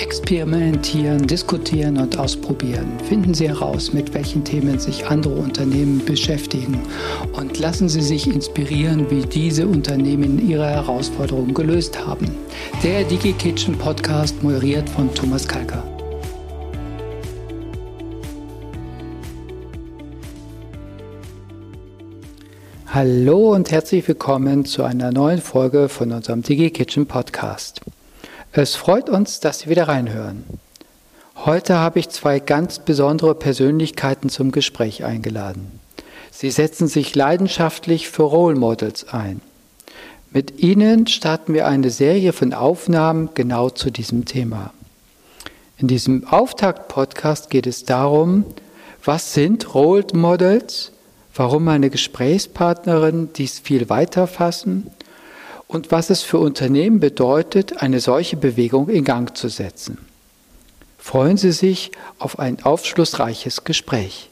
Experimentieren, diskutieren und ausprobieren. Finden Sie heraus, mit welchen Themen sich andere Unternehmen beschäftigen und lassen Sie sich inspirieren, wie diese Unternehmen ihre Herausforderungen gelöst haben. Der DigiKitchen Podcast, moderiert von Thomas Kalker. Hallo und herzlich willkommen zu einer neuen Folge von unserem DigiKitchen Podcast. Es freut uns, dass Sie wieder reinhören. Heute habe ich zwei ganz besondere Persönlichkeiten zum Gespräch eingeladen. Sie setzen sich leidenschaftlich für Role Models ein. Mit ihnen starten wir eine Serie von Aufnahmen genau zu diesem Thema. In diesem Auftakt-Podcast geht es darum, was sind Role Models, warum meine Gesprächspartnerin dies viel weiter fassen und was es für Unternehmen bedeutet, eine solche Bewegung in Gang zu setzen. Freuen Sie sich auf ein aufschlussreiches Gespräch.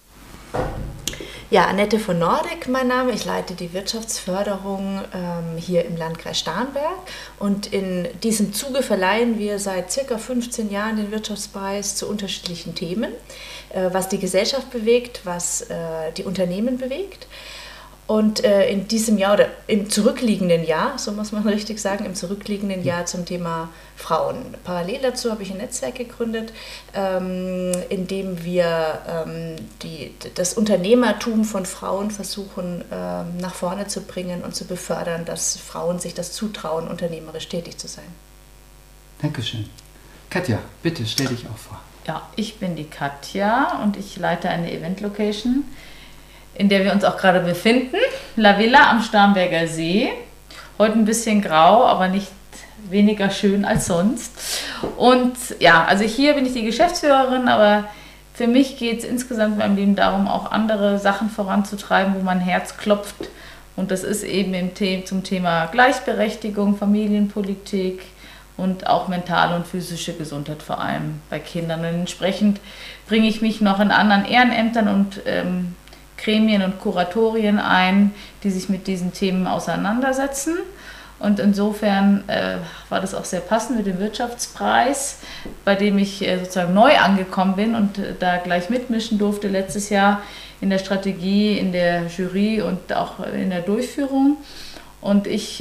Ja, Annette von Nordek, mein Name. Ich leite die Wirtschaftsförderung hier im Landkreis Starnberg. Und in diesem Zuge verleihen wir seit circa 15 Jahren den Wirtschaftspreis zu unterschiedlichen Themen, was die Gesellschaft bewegt, was die Unternehmen bewegt. Und in diesem Jahr oder im zurückliegenden Jahr, so muss man richtig sagen, im zurückliegenden Jahr zum Thema Frauen. Parallel dazu habe ich ein Netzwerk gegründet, in dem wir das Unternehmertum von Frauen versuchen nach vorne zu bringen und zu befördern, dass Frauen sich das zutrauen, unternehmerisch tätig zu sein. Dankeschön. Katja, bitte stell dich auch vor. Ja, ich bin die Katja und ich leite eine Event-Location, in der wir uns auch gerade befinden. La Villa am Starnberger See. Heute ein bisschen grau, aber nicht weniger schön als sonst. Und ja, also hier bin ich die Geschäftsführerin, aber für mich geht es insgesamt in meinem Leben darum, auch andere Sachen voranzutreiben, wo mein Herz klopft. Und das ist eben zum Thema Gleichberechtigung, Familienpolitik und auch mentale und physische Gesundheit, vor allem bei Kindern. Und entsprechend bringe ich mich noch in anderen Ehrenämtern und Gremien und Kuratorien ein, die sich mit diesen Themen auseinandersetzen. Und insofern war das auch sehr passend mit dem Wirtschaftspreis, bei dem ich sozusagen neu angekommen bin und da gleich mitmischen durfte letztes Jahr in der Strategie, in der Jury und auch in der Durchführung. Und ich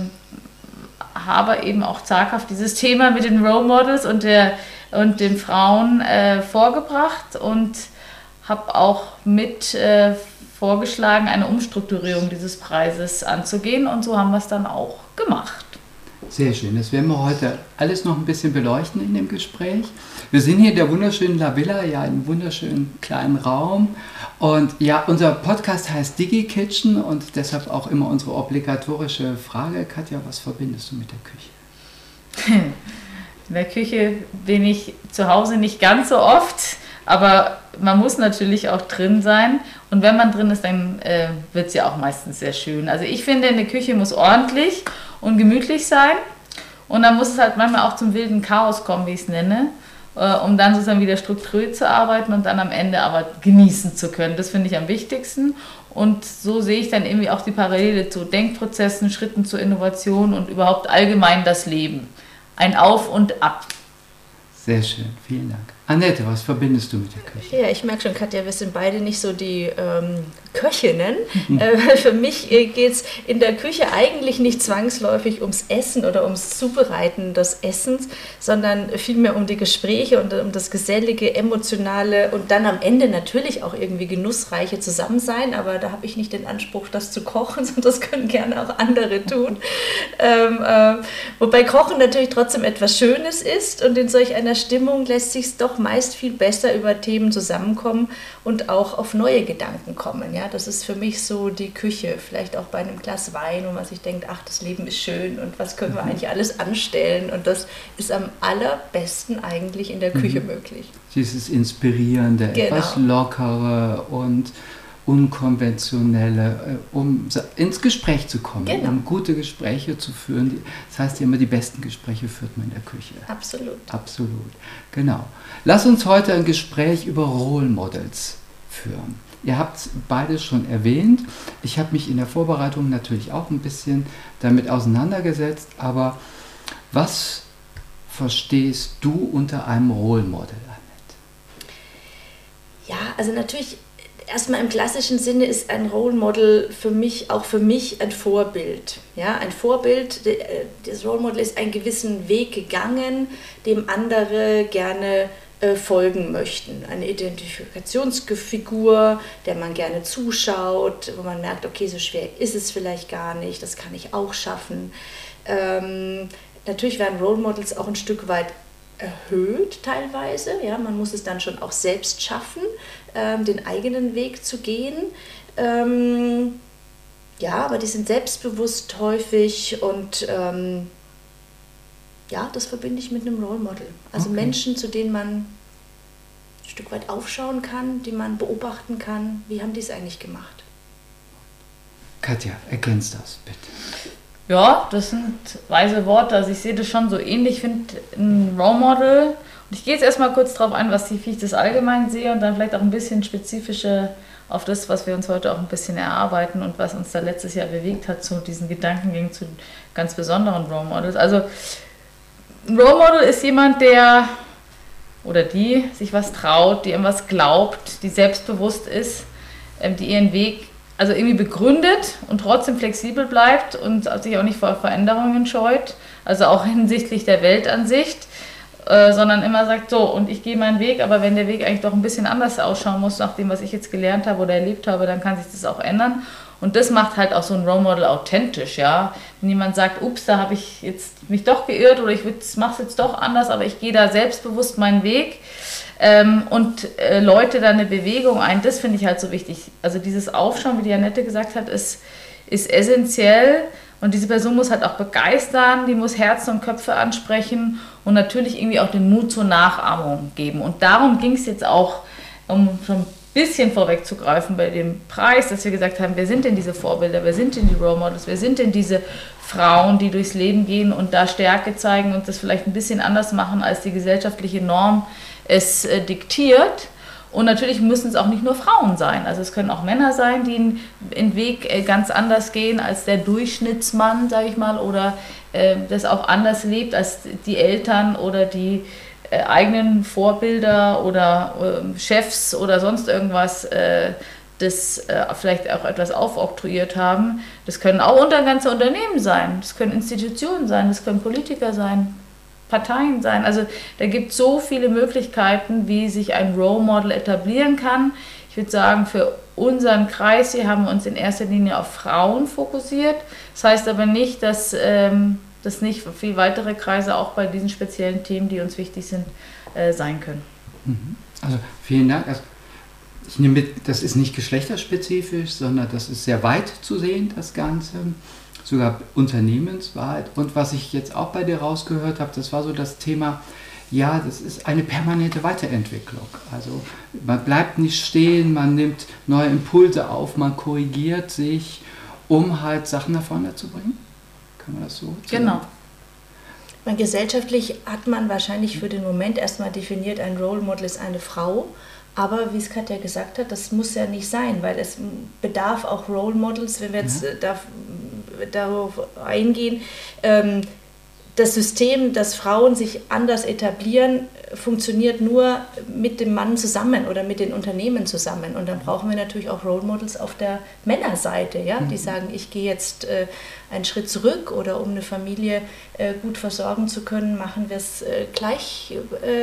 habe eben auch zaghaft dieses Thema mit den Role Models und den Frauen vorgebracht und habe auch mit vorgeschlagen, eine Umstrukturierung dieses Preises anzugehen, und so haben wir es dann auch gemacht. Sehr schön, das werden wir heute alles noch ein bisschen beleuchten in dem Gespräch. Wir sind hier in der wunderschönen La Villa, ja, in einem wunderschönen kleinen Raum, und ja, unser Podcast heißt DigiKitchen und deshalb auch immer unsere obligatorische Frage. Katja, was verbindest du mit der Küche? In der Küche bin ich zu Hause nicht ganz so oft, aber man muss natürlich auch drin sein, und wenn man drin ist, dann wird es ja auch meistens sehr schön. Also ich finde, eine Küche muss ordentlich und gemütlich sein, und dann muss es halt manchmal auch zum wilden Chaos kommen, wie ich es nenne, um dann sozusagen wieder strukturiert zu arbeiten und dann am Ende aber genießen zu können. Das finde ich am wichtigsten, und so sehe ich dann irgendwie auch die Parallele zu Denkprozessen, Schritten zur Innovation und überhaupt allgemein das Leben. Ein Auf und Ab. Sehr schön, vielen Dank. Annette, was verbindest du mit der Küche? Ja, ich merke schon, Katja, wir sind beide nicht so die Köchinnen. Für mich geht es in der Küche eigentlich nicht zwangsläufig ums Essen oder ums Zubereiten des Essens, sondern vielmehr um die Gespräche und um das gesellige, emotionale und dann am Ende natürlich auch irgendwie genussreiche Zusammensein. Aber da habe ich nicht den Anspruch, das zu kochen, sondern das können gerne auch andere tun. Wobei Kochen natürlich trotzdem etwas Schönes ist, und in solch einer Stimmung lässt sich es doch meist viel besser über Themen zusammenkommen und auch auf neue Gedanken kommen. Ja, das ist für mich so die Küche, vielleicht auch bei einem Glas Wein, wo man sich denkt, ach, das Leben ist schön und was können wir eigentlich alles anstellen, und das ist am allerbesten eigentlich in der Küche möglich. Dieses Inspirierende, genau. Etwas Lockere und Unkonventionelle, um ins Gespräch zu kommen, genau. Um gute Gespräche zu führen. Das heißt ja immer, die besten Gespräche führt man in der Küche. Absolut. Absolut, genau. Lass uns heute ein Gespräch über Role Models führen. Ihr habt es beide schon erwähnt. Ich habe mich in der Vorbereitung natürlich auch ein bisschen damit auseinandergesetzt, aber was verstehst du unter einem Role Model, Annette? Ja, also natürlich, erstmal im klassischen Sinne ist ein Role Model auch für mich ein Vorbild. Ja, ein Vorbild, das Role Model ist einen gewissen Weg gegangen, dem andere gerne folgen möchten. Eine Identifikationsfigur, der man gerne zuschaut, wo man merkt, okay, so schwer ist es vielleicht gar nicht, das kann ich auch schaffen. Natürlich werden Role Models auch ein Stück weit erhöht teilweise. Ja, man muss es dann schon auch selbst schaffen, den eigenen Weg zu gehen. Ja, aber die sind selbstbewusst häufig und ja, das verbinde ich mit einem Role Model. Also okay. Menschen, zu denen man ein Stück weit aufschauen kann, die man beobachten kann. Wie haben die es eigentlich gemacht? Katja, ergänzt das bitte. Ja, das sind weise Worte. Also ich sehe das schon so ähnlich. Ich finde ein Role Model, und ich gehe jetzt erstmal kurz darauf ein, wie ich das allgemein sehe und dann vielleicht auch ein bisschen spezifischer auf das, was wir uns heute auch ein bisschen erarbeiten und was uns da letztes Jahr bewegt hat zu diesen Gedankengängen zu ganz besonderen Role Models. Also ein Role Model ist jemand, der oder die sich was traut, die irgendwas glaubt, die selbstbewusst ist, die ihren Weg also irgendwie begründet und trotzdem flexibel bleibt und sich auch nicht vor Veränderungen scheut, also auch hinsichtlich der Weltansicht, sondern immer sagt, so, und ich gehe meinen Weg, aber wenn der Weg eigentlich doch ein bisschen anders ausschauen muss, nach dem, was ich jetzt gelernt habe oder erlebt habe, dann kann sich das auch ändern. Und das macht halt auch so ein Role Model authentisch, ja. Wenn jemand sagt, ups, da habe ich jetzt mich doch geirrt oder ich mache es jetzt doch anders, aber ich gehe da selbstbewusst meinen Weg und läute da eine Bewegung ein, das finde ich halt so wichtig. Also dieses Aufschauen, wie die Annette gesagt hat, ist essentiell und diese Person muss halt auch begeistern, die muss Herzen und Köpfe ansprechen und natürlich irgendwie auch den Mut zur Nachahmung geben. Und darum ging es jetzt auch, um schon ein bisschen vorwegzugreifen bei dem Preis, dass wir gesagt haben, wer sind denn diese Vorbilder, wer sind denn die Role Models, wer sind denn diese Frauen, die durchs Leben gehen und da Stärke zeigen und das vielleicht ein bisschen anders machen, als die gesellschaftliche Norm es diktiert. Und natürlich müssen es auch nicht nur Frauen sein, also es können auch Männer sein, die den Weg ganz anders gehen als der Durchschnittsmann, sage ich mal, oder das auch anders lebt als die Eltern oder die eigenen Vorbilder oder Chefs oder sonst irgendwas, das vielleicht auch etwas aufoktroyiert haben. Das können auch ganze Unternehmen sein, das können Institutionen sein, das können Politiker sein, Parteien sein. Also da gibt es so viele Möglichkeiten, wie sich ein Role Model etablieren kann. Ich würde sagen, für unseren Kreis hier haben wir uns in erster Linie auf Frauen fokussiert. Das heißt aber nicht, dass das nicht für viele weitere Kreise auch bei diesen speziellen Themen, die uns wichtig sind, sein können. Also vielen Dank. Also ich nehme mit, das ist nicht geschlechterspezifisch, sondern das ist sehr weit zu sehen, das Ganze. Sogar unternehmensweit. Und was ich jetzt auch bei dir rausgehört habe, das war so das Thema, ja, das ist eine permanente Weiterentwicklung. Also man bleibt nicht stehen, man nimmt neue Impulse auf, man korrigiert sich, um halt Sachen nach vorne zu bringen. Kann man das so sagen? Genau. Gesellschaftlich hat man wahrscheinlich für den Moment erstmal definiert, ein Role Model ist eine Frau. Aber wie es Katja gesagt hat, das muss ja nicht sein, weil es bedarf auch Role Models, wenn wir jetzt darauf eingehen. Das System, dass Frauen sich anders etablieren, funktioniert nur mit dem Mann zusammen oder mit den Unternehmen zusammen. Und dann brauchen wir natürlich auch Role Models auf der Männerseite, ja? Die sagen, ich gehe jetzt einen Schritt zurück oder um eine Familie gut versorgen zu können, machen wir es gleich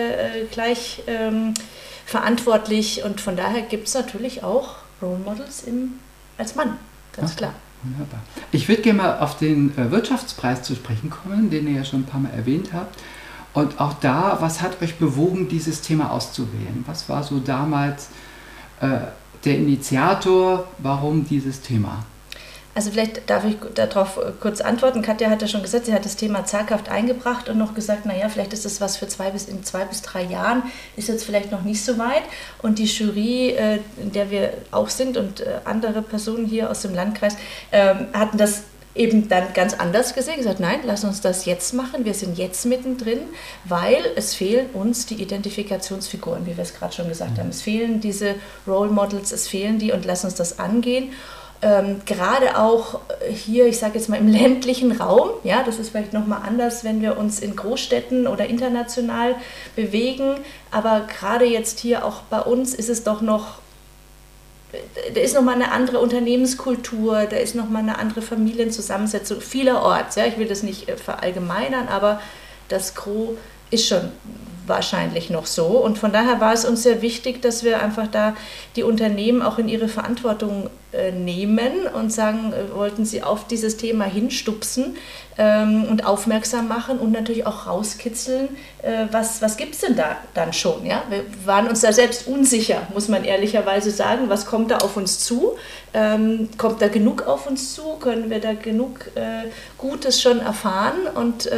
verantwortlich. Und von daher gibt es natürlich auch Role Models als Mann, ganz klar. Wunderbar. Ich würde gerne mal auf den Wirtschaftspreis zu sprechen kommen, den ihr ja schon ein paar Mal erwähnt habt. Und auch da, was hat euch bewogen, dieses Thema auszuwählen? Was war so damals der Initiator? Warum dieses Thema? Also vielleicht darf ich darauf kurz antworten. Katja hat ja schon gesagt, sie hat das Thema zaghaft eingebracht und noch gesagt, naja, vielleicht ist das was für in 2 bis 3 Jahren, ist jetzt vielleicht noch nicht so weit. Und die Jury, in der wir auch sind und andere Personen hier aus dem Landkreis, hatten das eben dann ganz anders gesehen, gesagt, nein, lass uns das jetzt machen, wir sind jetzt mittendrin, weil es fehlen uns die Identifikationsfiguren, wie wir es gerade schon gesagt haben. Es fehlen diese Role Models, es fehlen die und lass uns das angehen. gerade auch hier, ich sage jetzt mal im ländlichen Raum, ja, das ist vielleicht nochmal anders, wenn wir uns in Großstädten oder international bewegen, aber gerade jetzt hier auch bei uns ist es doch noch, da ist nochmal eine andere Unternehmenskultur, da ist nochmal eine andere Familienzusammensetzung, vielerorts, ja, ich will das nicht verallgemeinern, aber das Gros ist schon wahrscheinlich noch so. Und von daher war es uns sehr wichtig, dass wir einfach da die Unternehmen auch in ihre Verantwortung nehmen und sagen, wollten sie auf dieses Thema hinstupsen und aufmerksam machen und natürlich auch rauskitzeln, was gibt es denn da dann schon? Ja? Wir waren uns da selbst unsicher, muss man ehrlicherweise sagen. Was kommt da auf uns zu? Kommt da genug auf uns zu? Können wir da genug Gutes schon erfahren? Und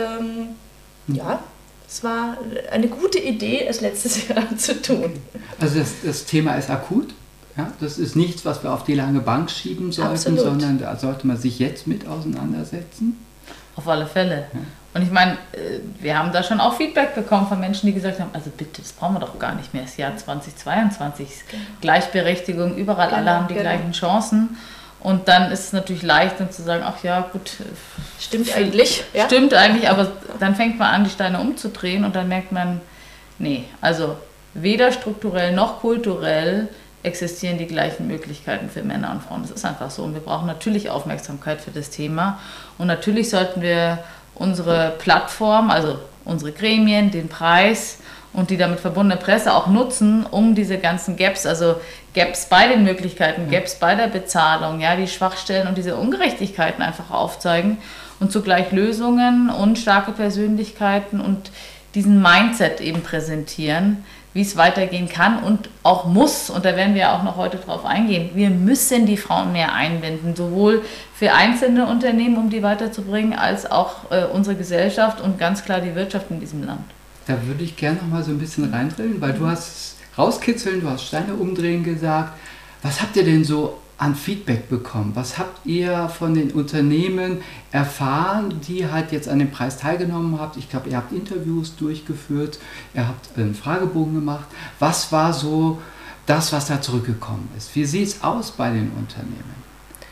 ja, es war eine gute Idee, es letztes Jahr zu tun. Also das Thema ist akut. Ja? Das ist nichts, was wir auf die lange Bank schieben sollten, Absolut. sondern da sollte man sich jetzt mit auseinandersetzen. Auf alle Fälle. Ja. Und ich meine, wir haben da schon auch Feedback bekommen von Menschen, die gesagt haben, also bitte, das brauchen wir doch gar nicht mehr. Das Jahr 2022, Genau. Gleichberechtigung, überall, Genau, alle haben die genau. gleichen Chancen. Und dann ist es natürlich leicht, dann zu sagen, ach ja, gut. Stimmt eigentlich. Ja? Stimmt eigentlich, aber dann fängt man an, die Steine umzudrehen und dann merkt man, nee, also weder strukturell noch kulturell existieren die gleichen Möglichkeiten für Männer und Frauen. Das ist einfach so. Und wir brauchen natürlich Aufmerksamkeit für das Thema. Und natürlich sollten wir unsere Plattform, also unsere Gremien, den Preis und die damit verbundene Presse auch nutzen, um diese ganzen Gaps, also Gaps bei den Möglichkeiten, Gaps bei der Bezahlung, ja, die Schwachstellen und diese Ungerechtigkeiten einfach aufzeigen und zugleich Lösungen und starke Persönlichkeiten und diesen Mindset eben präsentieren, wie es weitergehen kann und auch muss. Und da werden wir auch noch heute drauf eingehen. Wir müssen die Frauen mehr einbinden, sowohl für einzelne Unternehmen, um die weiterzubringen, als auch unsere Gesellschaft und ganz klar die Wirtschaft in diesem Land. Da würde ich gerne noch mal so ein bisschen reindrillen, weil du hast rauskitzeln, du hast Steine umdrehen gesagt. Was habt ihr denn so an Feedback bekommen? Was habt ihr von den Unternehmen erfahren, die halt jetzt an dem Preis teilgenommen habt? Ich glaube, ihr habt Interviews durchgeführt, ihr habt einen Fragebogen gemacht. Was war so das, was da zurückgekommen ist? Wie sieht es aus bei den Unternehmen?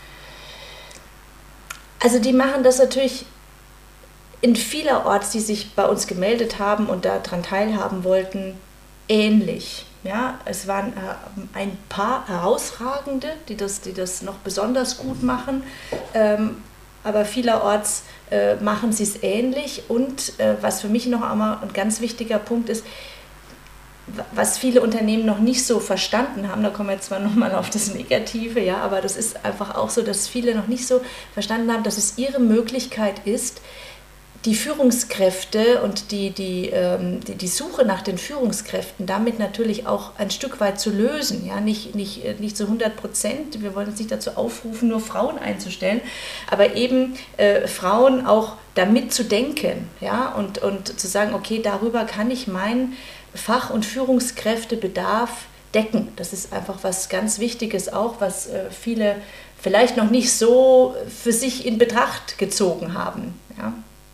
Also die machen das natürlich in vielerorts, die sich bei uns gemeldet haben und daran teilhaben wollten, ähnlich. Ja, es waren ein paar Herausragende, die das noch besonders gut machen, aber vielerorts machen sie es ähnlich. Und was für mich noch einmal ein ganz wichtiger Punkt ist, was viele Unternehmen noch nicht so verstanden haben, da kommen wir jetzt zwar nochmal auf das Negative, ja, aber das ist einfach auch so, dass viele noch nicht so verstanden haben, dass es ihre Möglichkeit ist, die Führungskräfte und die Suche nach den Führungskräften damit natürlich auch ein Stück weit zu lösen. Ja? Nicht zu 100%, wir wollen uns nicht dazu aufrufen, nur Frauen einzustellen, aber eben Frauen auch damit zu denken, ja? und zu sagen, okay, darüber kann ich meinen Fach- und Führungskräftebedarf decken. Das ist einfach was ganz Wichtiges auch, was viele vielleicht noch nicht so für sich in Betracht gezogen haben. Ja?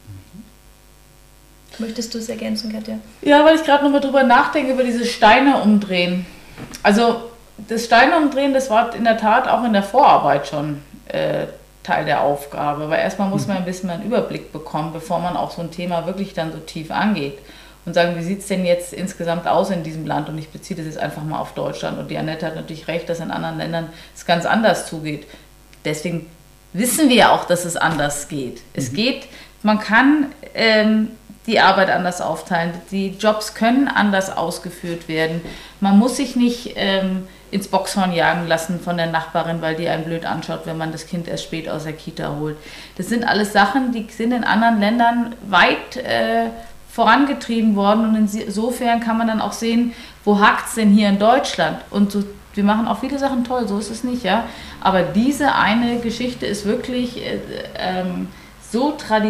Möchtest du es ergänzen, Katja? Ja, weil ich gerade nochmal drüber nachdenke, über diese Steine umdrehen. Also das Steine umdrehen, das war in der Tat auch in der Vorarbeit schon Teil der Aufgabe. Weil erstmal muss man ein bisschen einen Überblick bekommen, bevor man auch so ein Thema wirklich dann so tief angeht. Und sagen, wie sieht es denn jetzt insgesamt aus in diesem Land? Und ich beziehe das jetzt einfach mal auf Deutschland. Und die Annette hat natürlich recht, dass in anderen Ländern es ganz anders zugeht. Deswegen wissen wir ja auch, dass es anders geht. Es geht, man kann die Arbeit anders aufteilen, die Jobs können anders ausgeführt werden. Man muss sich nicht ins Boxhorn jagen lassen von der Nachbarin, weil die einen blöd anschaut, wenn man das Kind erst spät aus der Kita holt. Das sind alles Sachen, die sind in anderen Ländern weit vorangetrieben worden und insofern kann man dann auch sehen, wo hakt es denn hier in Deutschland? Und so, wir machen auch viele Sachen toll, so ist es nicht, ja. Aber diese eine Geschichte ist wirklich so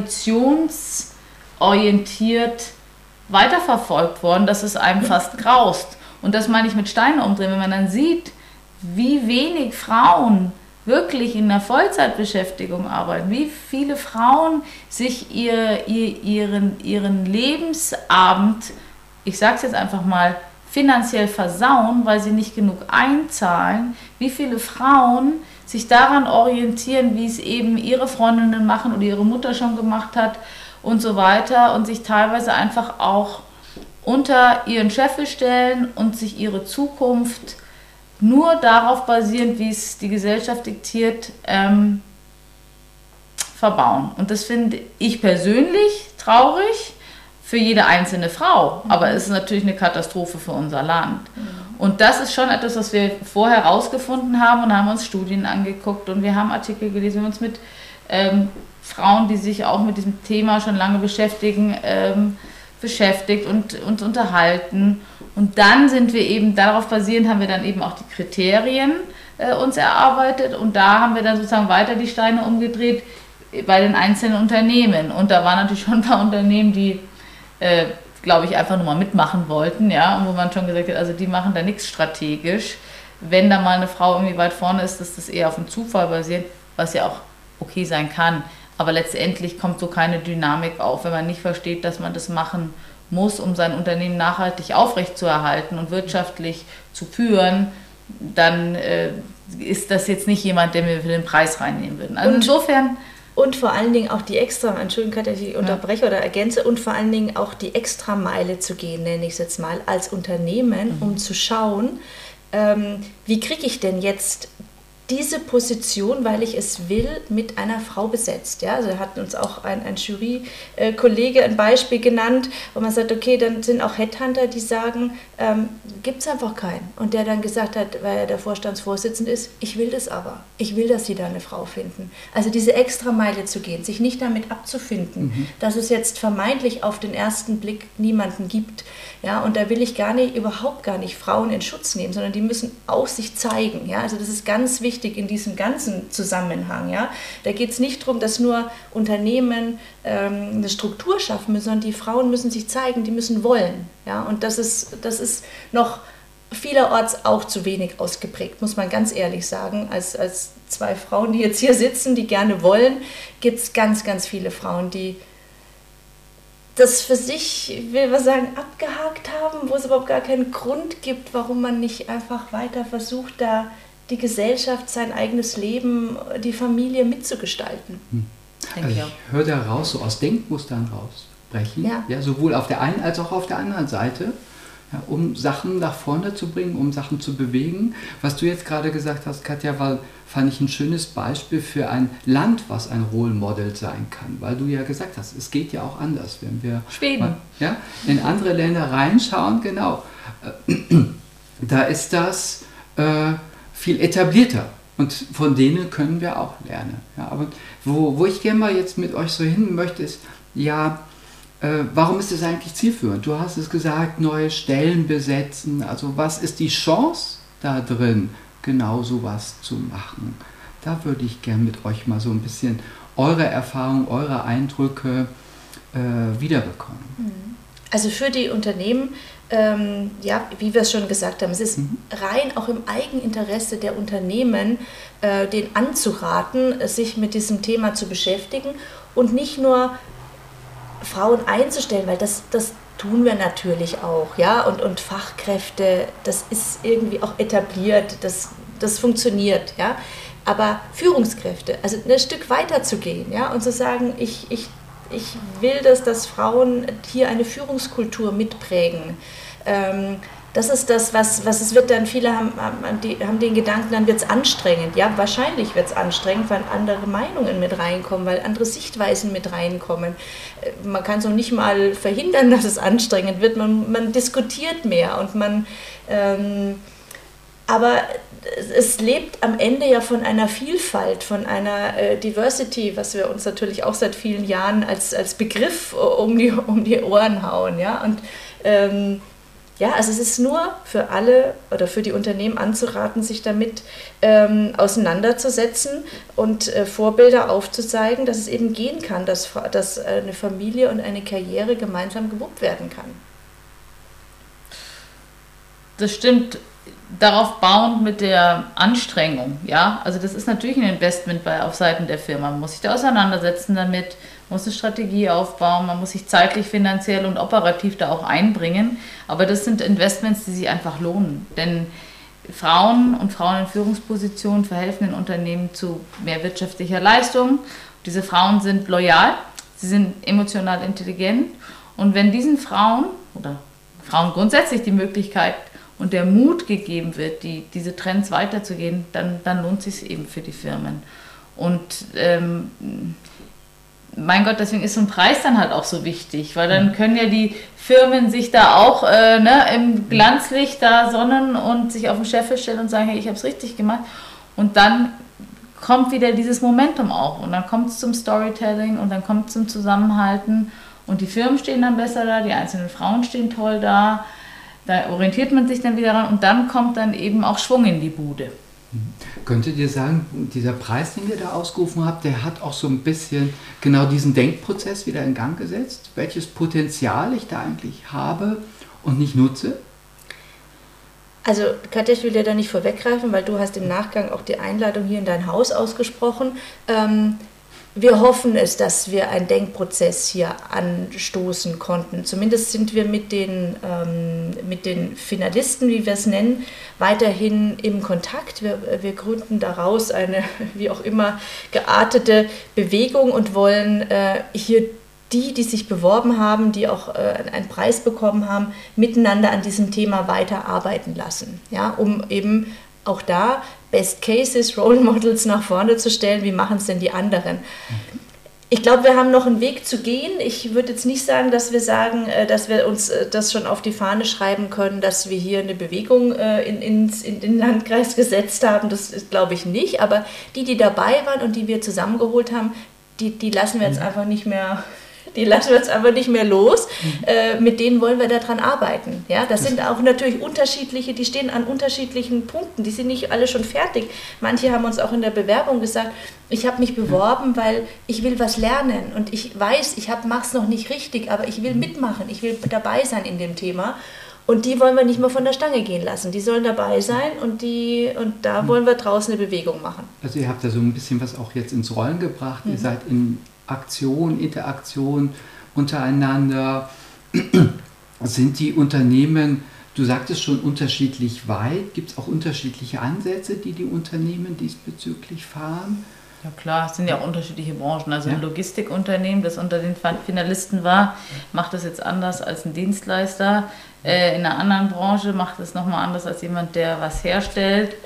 traditionsorientiert weiterverfolgt worden, dass es einem fast graust. Und das meine ich mit Steine umdrehen, wenn man dann sieht, wie wenig Frauen wirklich in einer Vollzeitbeschäftigung arbeiten, wie viele Frauen sich ihren Lebensabend, ich sage es jetzt einfach mal, finanziell versauen, weil sie nicht genug einzahlen, wie viele Frauen sich daran orientieren, wie es eben ihre Freundinnen machen oder ihre Mutter schon gemacht hat und so weiter und sich teilweise einfach auch unter ihren Scheffel stellen und sich ihre Zukunft nur darauf basierend, wie es die Gesellschaft diktiert, verbauen. Und das finde ich persönlich traurig für jede einzelne Frau, aber es ist natürlich eine Katastrophe für unser Land. Und das ist schon etwas, was wir vorher herausgefunden haben und haben uns Studien angeguckt und wir haben Artikel gelesen, wir haben uns mit Frauen, die sich auch mit diesem Thema schon lange beschäftigen, beschäftigt und uns unterhalten. Und dann sind wir eben, darauf basierend haben wir dann eben auch die Kriterien uns erarbeitet und da haben wir dann sozusagen weiter die Steine umgedreht bei den einzelnen Unternehmen. Und da waren natürlich schon ein paar Unternehmen, die, glaube ich, einfach nur mal mitmachen wollten, ja, und wo man schon gesagt hat, also die machen da nichts strategisch. Wenn da mal eine Frau irgendwie weit vorne ist, dass das eher auf dem Zufall basiert, was ja auch okay sein kann. Aber letztendlich kommt so keine Dynamik auf, wenn man nicht versteht, dass man das machen muss, um sein Unternehmen nachhaltig aufrechtzuerhalten und wirtschaftlich zu führen, dann ist das jetzt nicht jemand, der mir für den Preis reinnehmen würde. Also insofern... Und vor allen Dingen auch die Entschuldigung, Katja, ich unterbreche oder ergänze, und vor allen Dingen auch die Extrameile zu gehen, nenne ich es jetzt mal, als Unternehmen, um zu schauen, wie kriege ich denn jetzt diese Position, weil ich es will, mit einer Frau besetzt. Ja? Also hat uns auch ein Jury-Kollege ein Beispiel genannt, wo man sagt, okay, dann sind auch Headhunter, die sagen, gibt es einfach keinen. Und der dann gesagt hat, weil er der Vorstandsvorsitzende ist, ich will das aber. Ich will, dass sie da eine Frau finden. Also diese Extrameile zu gehen, sich nicht damit abzufinden, dass es jetzt vermeintlich auf den ersten Blick niemanden gibt. Ja? Und da will ich überhaupt gar nicht Frauen in Schutz nehmen, sondern die müssen auch sich zeigen. Ja? Also das ist ganz wichtig in diesem ganzen Zusammenhang. Ja? Da geht es nicht darum, dass nur Unternehmen eine Struktur schaffen müssen, sondern die Frauen müssen sich zeigen, die müssen wollen. Ja? Und das ist noch vielerorts auch zu wenig ausgeprägt, muss man ganz ehrlich sagen. Als zwei Frauen, die jetzt hier sitzen, die gerne wollen, gibt es ganz, ganz viele Frauen, die das für sich, ich will was sagen, abgehakt haben, wo es überhaupt gar keinen Grund gibt, warum man nicht einfach weiter versucht, da die Gesellschaft, sein eigenes Leben, die Familie mitzugestalten. Also ich höre da raus, so aus Denkmustern rausbrechen, ja, sowohl auf der einen als auch auf der anderen Seite, ja, um Sachen nach vorne zu bringen, um Sachen zu bewegen. Was du jetzt gerade gesagt hast, Katja, fand ich ein schönes Beispiel für ein Land, was ein Role Model sein kann, weil du ja gesagt hast, es geht ja auch anders, wenn wir Schweden. Ja, in andere Länder reinschauen, genau, da ist das viel etablierter und von denen können wir auch lernen. Ja, aber wo ich gerne mal jetzt mit euch so hin möchte, ist, ja, warum ist es eigentlich zielführend? Du hast es gesagt, neue Stellen besetzen, also was ist die Chance da drin, genau sowas zu machen? Da würde ich gerne mit euch mal so ein bisschen eure Erfahrung, eure Eindrücke wiederbekommen. Also für die Unternehmen, ja, wie wir es schon gesagt haben, es ist rein auch im Eigeninteresse der Unternehmen, denen anzuraten, sich mit diesem Thema zu beschäftigen und nicht nur Frauen einzustellen, weil das tun wir natürlich auch, ja, und Fachkräfte, das ist irgendwie auch etabliert, das funktioniert, ja, aber Führungskräfte, also ein Stück weiter zu gehen, ja, und zu sagen, ich will, dass Frauen hier eine Führungskultur mitprägen. Das ist das, was es wird dann, viele haben den Gedanken, dann wird es anstrengend. Ja, wahrscheinlich wird es anstrengend, weil andere Meinungen mit reinkommen, weil andere Sichtweisen mit reinkommen. Man kann es noch nicht mal verhindern, dass es anstrengend wird. Man diskutiert mehr und aber es lebt am Ende ja von einer Vielfalt, von einer Diversity, was wir uns natürlich auch seit vielen Jahren als Begriff um die Ohren hauen. Ja? Und ja, also es ist nur für alle oder für die Unternehmen anzuraten, sich damit auseinanderzusetzen und Vorbilder aufzuzeigen, dass es eben gehen kann, dass eine Familie und eine Karriere gemeinsam gewuppt werden kann. Das stimmt. Darauf bauend mit der Anstrengung, ja, also das ist natürlich ein Investment auf Seiten der Firma. Man muss sich da auseinandersetzen damit, man muss eine Strategie aufbauen, man muss sich zeitlich, finanziell und operativ da auch einbringen, aber das sind Investments, die sich einfach lohnen, denn Frauen und Frauen in Führungspositionen verhelfen den Unternehmen zu mehr wirtschaftlicher Leistung. Diese Frauen sind loyal, sie sind emotional intelligent und wenn diesen Frauen oder Frauen grundsätzlich die Möglichkeit und der Mut gegeben wird, diese Trends weiterzugehen, dann lohnt es sich eben für die Firmen. Und mein Gott, deswegen ist so ein Preis dann halt auch so wichtig, weil dann können ja die Firmen sich da auch im Glanzlicht da sonnen und sich auf den Scheffel stellen und sagen, hey, ich habe es richtig gemacht. Und dann kommt wieder dieses Momentum auch und dann kommt es zum Storytelling und dann kommt es zum Zusammenhalten und die Firmen stehen dann besser da, die einzelnen Frauen stehen toll da, da orientiert man sich dann wieder ran und dann kommt dann eben auch Schwung in die Bude. Könntet ihr sagen, dieser Preis, den ihr da ausgerufen habt, der hat auch so ein bisschen genau diesen Denkprozess wieder in Gang gesetzt, welches Potenzial ich da eigentlich habe und nicht nutze? Also Katja, ich will dir da nicht vorweggreifen, weil du hast im Nachgang auch die Einladung hier in dein Haus ausgesprochen. Wir hoffen es, dass wir einen Denkprozess hier anstoßen konnten. Zumindest sind wir mit den Finalisten, wie wir es nennen, weiterhin im Kontakt. Wir gründen daraus eine, wie auch immer, geartete Bewegung und wollen hier die sich beworben haben, die auch einen Preis bekommen haben, miteinander an diesem Thema weiterarbeiten lassen. Ja, um eben auch da Best Cases, Role Models nach vorne zu stellen. Wie machen es denn die anderen? Ich glaube, wir haben noch einen Weg zu gehen. Ich würde jetzt nicht sagen, dass wir uns das schon auf die Fahne schreiben können, dass wir hier eine Bewegung in den Landkreis gesetzt haben. Das glaube ich nicht. Aber die dabei waren und die wir zusammengeholt haben, die lassen wir jetzt einfach nicht mehr. Die lassen wir jetzt einfach nicht mehr los. Mit denen wollen wir daran arbeiten. Ja, das sind auch natürlich unterschiedliche, die stehen an unterschiedlichen Punkten. Die sind nicht alle schon fertig. Manche haben uns auch in der Bewerbung gesagt, ich habe mich beworben, weil ich will was lernen. Und ich weiß, ich mache es noch nicht richtig, aber ich will mitmachen. Ich will dabei sein in dem Thema. Und die wollen wir nicht mehr von der Stange gehen lassen. Die sollen dabei sein und da wollen wir draußen eine Bewegung machen. Also ihr habt da so ein bisschen was auch jetzt ins Rollen gebracht. Ihr seid in Aktion, Interaktion untereinander. Sind die Unternehmen, du sagtest schon, unterschiedlich weit? Gibt es auch unterschiedliche Ansätze, die Unternehmen diesbezüglich fahren? Ja klar, es sind ja auch unterschiedliche Branchen. Also ein Logistikunternehmen, das unter den Finalisten war, macht das jetzt anders als ein Dienstleister. In einer anderen Branche macht es nochmal anders als jemand, der was herstellt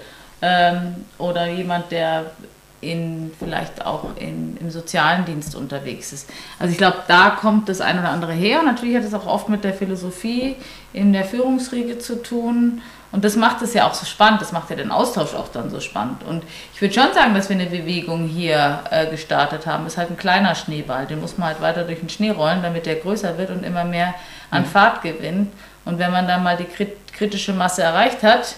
oder jemand, der vielleicht auch im sozialen Dienst unterwegs ist. Also ich glaube, da kommt das ein oder andere her und natürlich hat es auch oft mit der Philosophie in der Führungsriege zu tun und das macht es ja auch so spannend, das macht ja den Austausch auch dann so spannend und ich würde schon sagen, dass wir eine Bewegung hier gestartet haben. Es ist halt ein kleiner Schneeball, den muss man halt weiter durch den Schnee rollen, damit der größer wird und immer mehr an Fahrt gewinnt und wenn man dann mal die kritische Masse erreicht hat,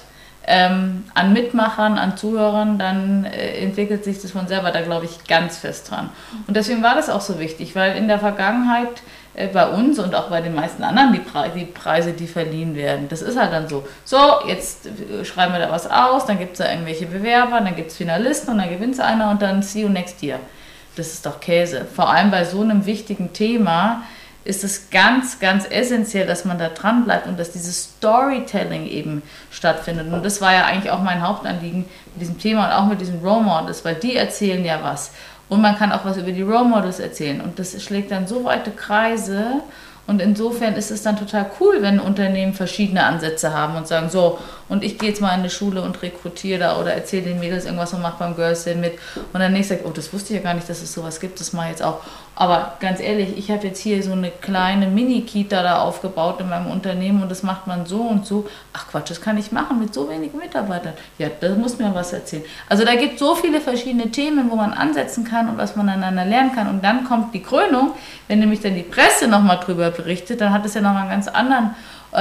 an Mitmachern, an Zuhörern, dann entwickelt sich das von selber, da glaube ich ganz fest dran. Und deswegen war das auch so wichtig, weil in der Vergangenheit bei uns und auch bei den meisten anderen die Preise, die verliehen werden, das ist halt dann so, jetzt schreiben wir da was aus, dann gibt es da irgendwelche Bewerber, dann gibt es Finalisten und dann gewinnt einer und dann see you next year. Das ist doch Käse. Vor allem bei so einem wichtigen Thema ist es ganz, ganz essentiell, dass man da dran bleibt und dass dieses Storytelling eben stattfindet. Und das war ja eigentlich auch mein Hauptanliegen mit diesem Thema und auch mit diesen Role Models, weil die erzählen ja was. Und man kann auch was über die Role Models erzählen. Und das schlägt dann so weite Kreise. Und insofern ist es dann total cool, wenn Unternehmen verschiedene Ansätze haben und sagen, so, und ich gehe jetzt mal in eine Schule und rekrutiere da oder erzähle den Mädels irgendwas und mache beim Girls Day mit. Und dann nächstes sagt, oh, das wusste ich ja gar nicht, dass es sowas gibt, das mache ich jetzt auch. Aber ganz ehrlich, ich habe jetzt hier so eine kleine Mini-Kita da aufgebaut in meinem Unternehmen und das macht man so und so. Ach Quatsch, das kann ich machen mit so wenigen Mitarbeitern. Ja, da muss mir was erzählen. Also da gibt es so viele verschiedene Themen, wo man ansetzen kann und was man aneinander lernen kann. Und dann kommt die Krönung, wenn nämlich dann die Presse nochmal drüber berichtet, dann hat es ja nochmal einen ganz anderen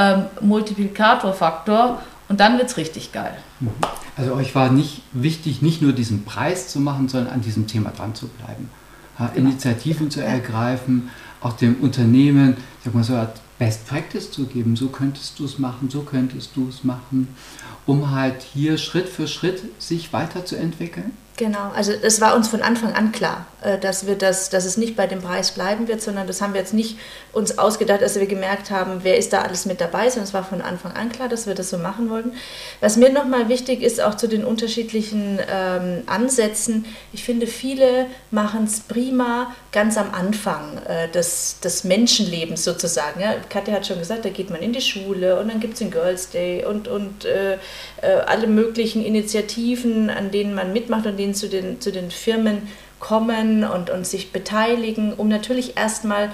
Multiplikatorfaktor und dann wird es richtig geil. Also euch war nicht wichtig, nicht nur diesen Preis zu machen, sondern an diesem Thema dran zu bleiben. Initiativen zu ergreifen, auch dem Unternehmen, sag mal so, Best Practice zu geben, so könntest du es machen, so könntest du es machen, um halt hier Schritt für Schritt sich weiterzuentwickeln? Genau, also es war uns von Anfang an klar, dass es nicht bei dem Preis bleiben wird, sondern das haben wir jetzt nicht uns ausgedacht, als wir gemerkt haben, wer ist da alles mit dabei, sondern es war von Anfang an klar, dass wir das so machen wollten. Was mir nochmal wichtig ist, auch zu den unterschiedlichen Ansätzen, ich finde, viele machen es prima ganz am Anfang des Menschenlebens sozusagen. Ja? Katja hat schon gesagt, da geht man in die Schule und dann gibt es den Girls Day und alle möglichen Initiativen, an denen man mitmacht und denen zu den Firmen kommen und sich beteiligen, um natürlich erstmal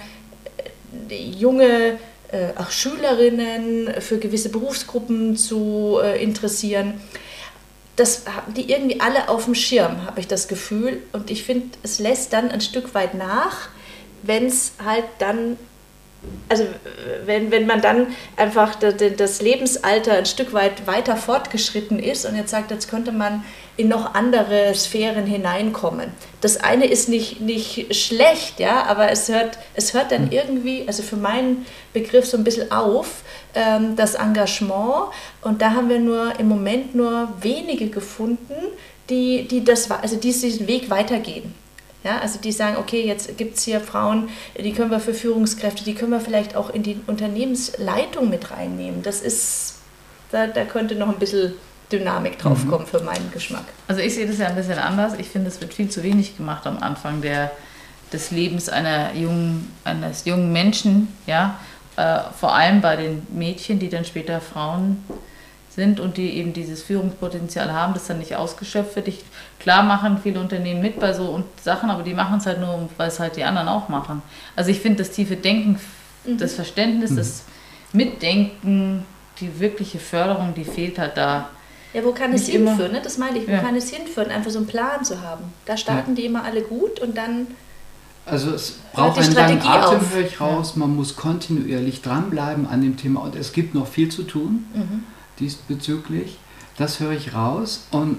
junge auch Schülerinnen für gewisse Berufsgruppen zu interessieren. Das haben die irgendwie alle auf dem Schirm, habe ich das Gefühl. Und ich finde, es lässt dann ein Stück weit nach, wenn es halt dann, also wenn man dann einfach das Lebensalter ein Stück weit weiter fortgeschritten ist und jetzt sagt, jetzt könnte man in noch andere Sphären hineinkommen. Das eine ist nicht schlecht, ja, aber es hört dann irgendwie, also für meinen Begriff so ein bisschen auf, das Engagement, und da haben wir im Moment nur wenige gefunden, die diesen Weg weitergehen. Ja, also die sagen, okay, jetzt gibt es hier Frauen, die können wir für Führungskräfte, die können wir vielleicht auch in die Unternehmensleitung mit reinnehmen. Das ist, da könnte noch ein bisschen Dynamik drauf kommen für meinen Geschmack. Also ich sehe das ja ein bisschen anders. Ich finde, es wird viel zu wenig gemacht am Anfang des Lebens eines jungen Menschen, ja, vor allem bei den Mädchen, die dann später Frauen sind und die eben dieses Führungspotenzial haben, das dann nicht ausgeschöpft wird. Klar machen viele Unternehmen mit bei so Sachen, aber die machen es halt nur, weil es halt die anderen auch machen. Also ich finde, das tiefe Denken, das Verständnis, das Mitdenken, die wirkliche Förderung, die fehlt halt da. Ja, wo kann es hinführen? Ne? Das meine ich, wo kann es hinführen, einfach so einen Plan zu haben. Da starten die immer alle gut und dann... Also es braucht einen langen Atem, höre ich raus. Man muss kontinuierlich dranbleiben an dem Thema und es gibt noch viel zu tun diesbezüglich. Das höre ich raus. Und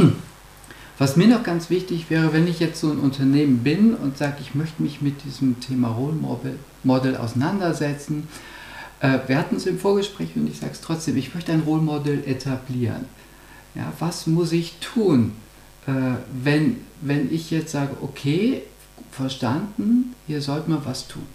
was mir noch ganz wichtig wäre, wenn ich jetzt so ein Unternehmen bin und sage, ich möchte mich mit diesem Thema Role Model auseinandersetzen. Wir hatten es im Vorgespräch und ich sage es trotzdem, ich möchte ein Role Model etablieren. Ja, was muss ich tun, wenn ich jetzt sage, okay, verstanden, hier sollte man was tun?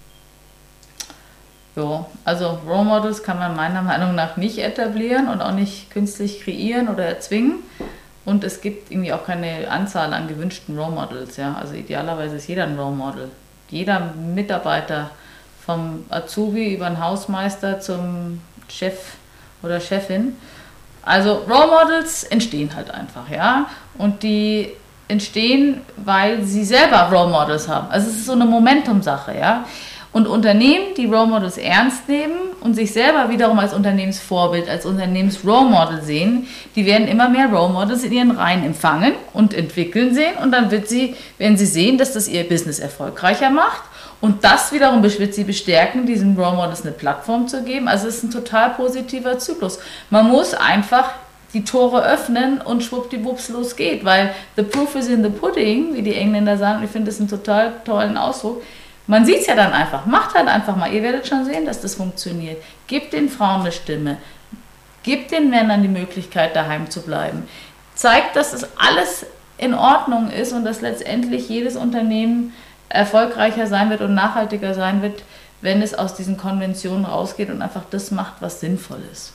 Ja, also Role Models kann man meiner Meinung nach nicht etablieren und auch nicht künstlich kreieren oder erzwingen. Und es gibt irgendwie auch keine Anzahl an gewünschten Role Models. Ja? Also idealerweise ist jeder ein Role Model. Jeder Mitarbeiter, vom Azubi über den Hausmeister zum Chef oder Chefin. Also Role Models entstehen halt einfach, ja. Und die entstehen, weil sie selber Role Models haben. Also es ist so eine Momentum-Sache, ja. Und Unternehmen, die Role Models ernst nehmen und sich selber wiederum als Unternehmensvorbild, als Unternehmens-Role Model sehen, die werden immer mehr Role Models in ihren Reihen empfangen und entwickeln sehen. Und dann werden sie sehen, dass das ihr Business erfolgreicher macht. Und das wiederum wird sie bestärken, diesen Role Models eine Plattform zu geben. Also es ist ein total positiver Zyklus. Man muss einfach die Tore öffnen und schwuppdiwupps los geht, weil the proof is in the pudding, wie die Engländer sagen. Und ich finde das einen total tollen Ausdruck. Man sieht es ja dann einfach. Macht halt einfach mal. Ihr werdet schon sehen, dass das funktioniert. Gebt den Frauen eine Stimme. Gebt den Männern die Möglichkeit, daheim zu bleiben. Zeigt, dass es alles in Ordnung ist und dass letztendlich jedes Unternehmen erfolgreicher sein wird und nachhaltiger sein wird, wenn es aus diesen Konventionen rausgeht und einfach das macht, was sinnvoll ist.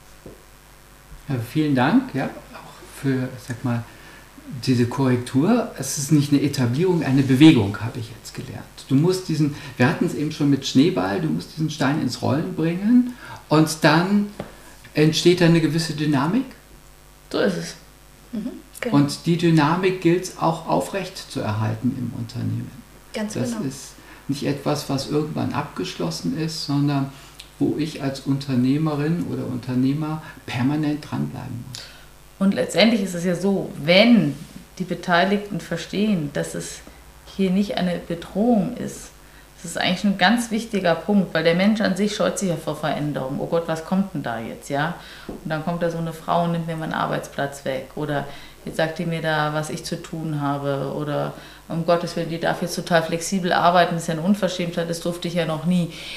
Ja, vielen Dank, ja, auch für, sag mal, diese Korrektur. Es ist nicht eine Etablierung, eine Bewegung, habe ich jetzt gelernt. Du musst wir hatten es eben schon mit Schneeball, du musst diesen Stein ins Rollen bringen und dann entsteht da eine gewisse Dynamik. So ist es. Genau. Und die Dynamik gilt es auch aufrecht zu erhalten im Unternehmen. Ganz genau. Das ist nicht etwas, was irgendwann abgeschlossen ist, sondern wo ich als Unternehmerin oder Unternehmer permanent dranbleiben muss. Und letztendlich ist es ja so, wenn die Beteiligten verstehen, dass es hier nicht eine Bedrohung ist, das ist eigentlich ein ganz wichtiger Punkt, weil der Mensch an sich scheut sich ja vor Veränderung. Oh Gott, was kommt denn da jetzt, ja? Und dann kommt da so eine Frau und nimmt mir meinen Arbeitsplatz weg oder jetzt sagt die mir da, was ich zu tun habe oder um Gottes Willen, die darf jetzt total flexibel arbeiten, das ist ja eine Unverschämtheit, das durfte ich ja noch nie.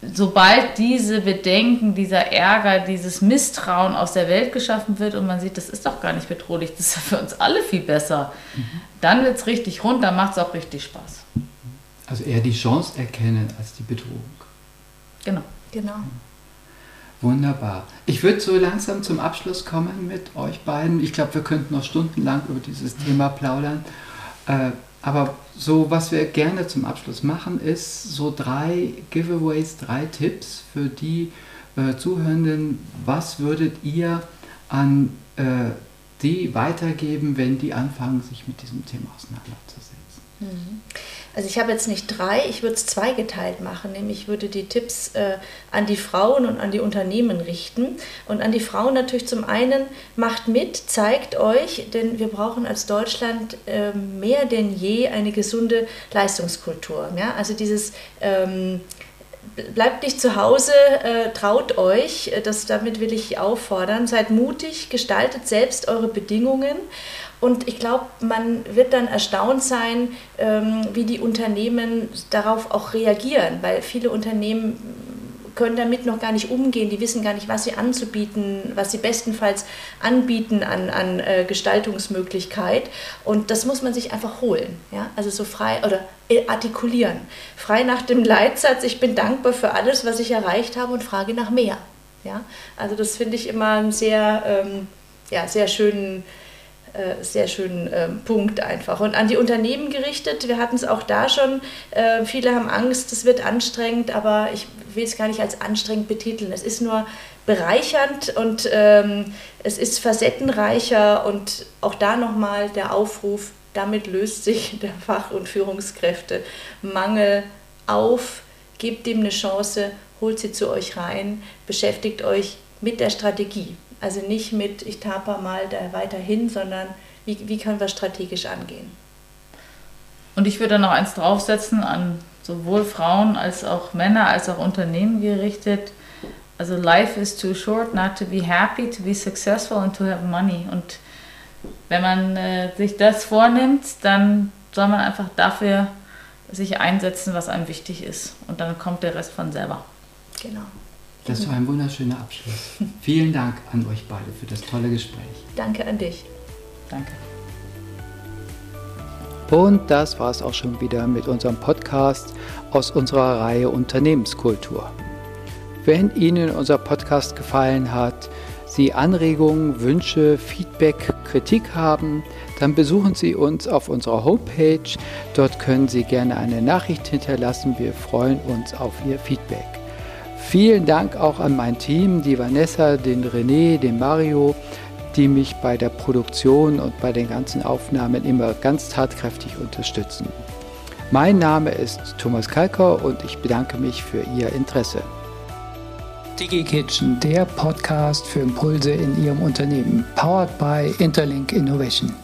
sobald diese Bedenken, dieser Ärger, dieses Misstrauen aus der Welt geschaffen wird und man sieht, das ist doch gar nicht bedrohlich, das ist ja für uns alle viel besser, dann wird es richtig rund, dann macht es auch richtig Spaß. Also eher die Chance erkennen als die Bedrohung. Genau. Wunderbar. Ich würde so langsam zum Abschluss kommen mit euch beiden. Ich glaube, wir könnten noch stundenlang über dieses Thema plaudern. Aber so, was wir gerne zum Abschluss machen, ist so 3 Giveaways, 3 Tipps für die Zuhörenden. Was würdet ihr an die weitergeben, wenn die anfangen, sich mit diesem Thema auseinanderzusetzen? Also ich habe jetzt nicht 3, ich würde es zweigeteilt machen, nämlich ich würde die Tipps an die Frauen und an die Unternehmen richten. Und an die Frauen natürlich zum einen, macht mit, zeigt euch, denn wir brauchen als Deutschland mehr denn je eine gesunde Leistungskultur. Ja? Also dieses bleibt nicht zu Hause, traut euch, damit will ich auffordern, seid mutig, gestaltet selbst eure Bedingungen. Und ich glaube, man wird dann erstaunt sein, wie die Unternehmen darauf auch reagieren, weil viele Unternehmen können damit noch gar nicht umgehen, die wissen gar nicht, was sie anzubieten, was sie bestenfalls anbieten an Gestaltungsmöglichkeit. Und das muss man sich einfach holen, ja? Also so frei oder artikulieren. Frei nach dem Leitsatz, ich bin dankbar für alles, was ich erreicht habe und frage nach mehr. Ja? Also das finde ich immer einen sehr schönen Punkt einfach. Und an die Unternehmen gerichtet, wir hatten es auch da schon, viele haben Angst, es wird anstrengend, aber ich will es gar nicht als anstrengend betiteln. Es ist nur bereichernd und es ist facettenreicher und auch da nochmal der Aufruf, damit löst sich der Fach- und Führungskräftemangel auf, gebt dem eine Chance, holt sie zu euch rein, beschäftigt euch mit der Strategie. Also nicht mit, ich taper mal da weiterhin, sondern wie können wir strategisch angehen. Und ich würde da noch eins draufsetzen, an sowohl Frauen als auch Männer, als auch Unternehmen gerichtet. Also life is too short not to be happy, to be successful and to have money. Und wenn man sich das vornimmt, dann soll man einfach dafür sich einsetzen, was einem wichtig ist. Und dann kommt der Rest von selber. Genau. Das war ein wunderschöner Abschluss. Vielen Dank an euch beide für das tolle Gespräch. Danke an dich. Danke. Und das war es auch schon wieder mit unserem Podcast aus unserer Reihe Unternehmenskultur. Wenn Ihnen unser Podcast gefallen hat, Sie Anregungen, Wünsche, Feedback, Kritik haben, dann besuchen Sie uns auf unserer Homepage. Dort können Sie gerne eine Nachricht hinterlassen. Wir freuen uns auf Ihr Feedback. Vielen Dank auch an mein Team, die Vanessa, den René, den Mario, die mich bei der Produktion und bei den ganzen Aufnahmen immer ganz tatkräftig unterstützen. Mein Name ist Thomas Kalker und ich bedanke mich für Ihr Interesse. DigiKitchen, der Podcast für Impulse in Ihrem Unternehmen, powered by Interlink Innovation.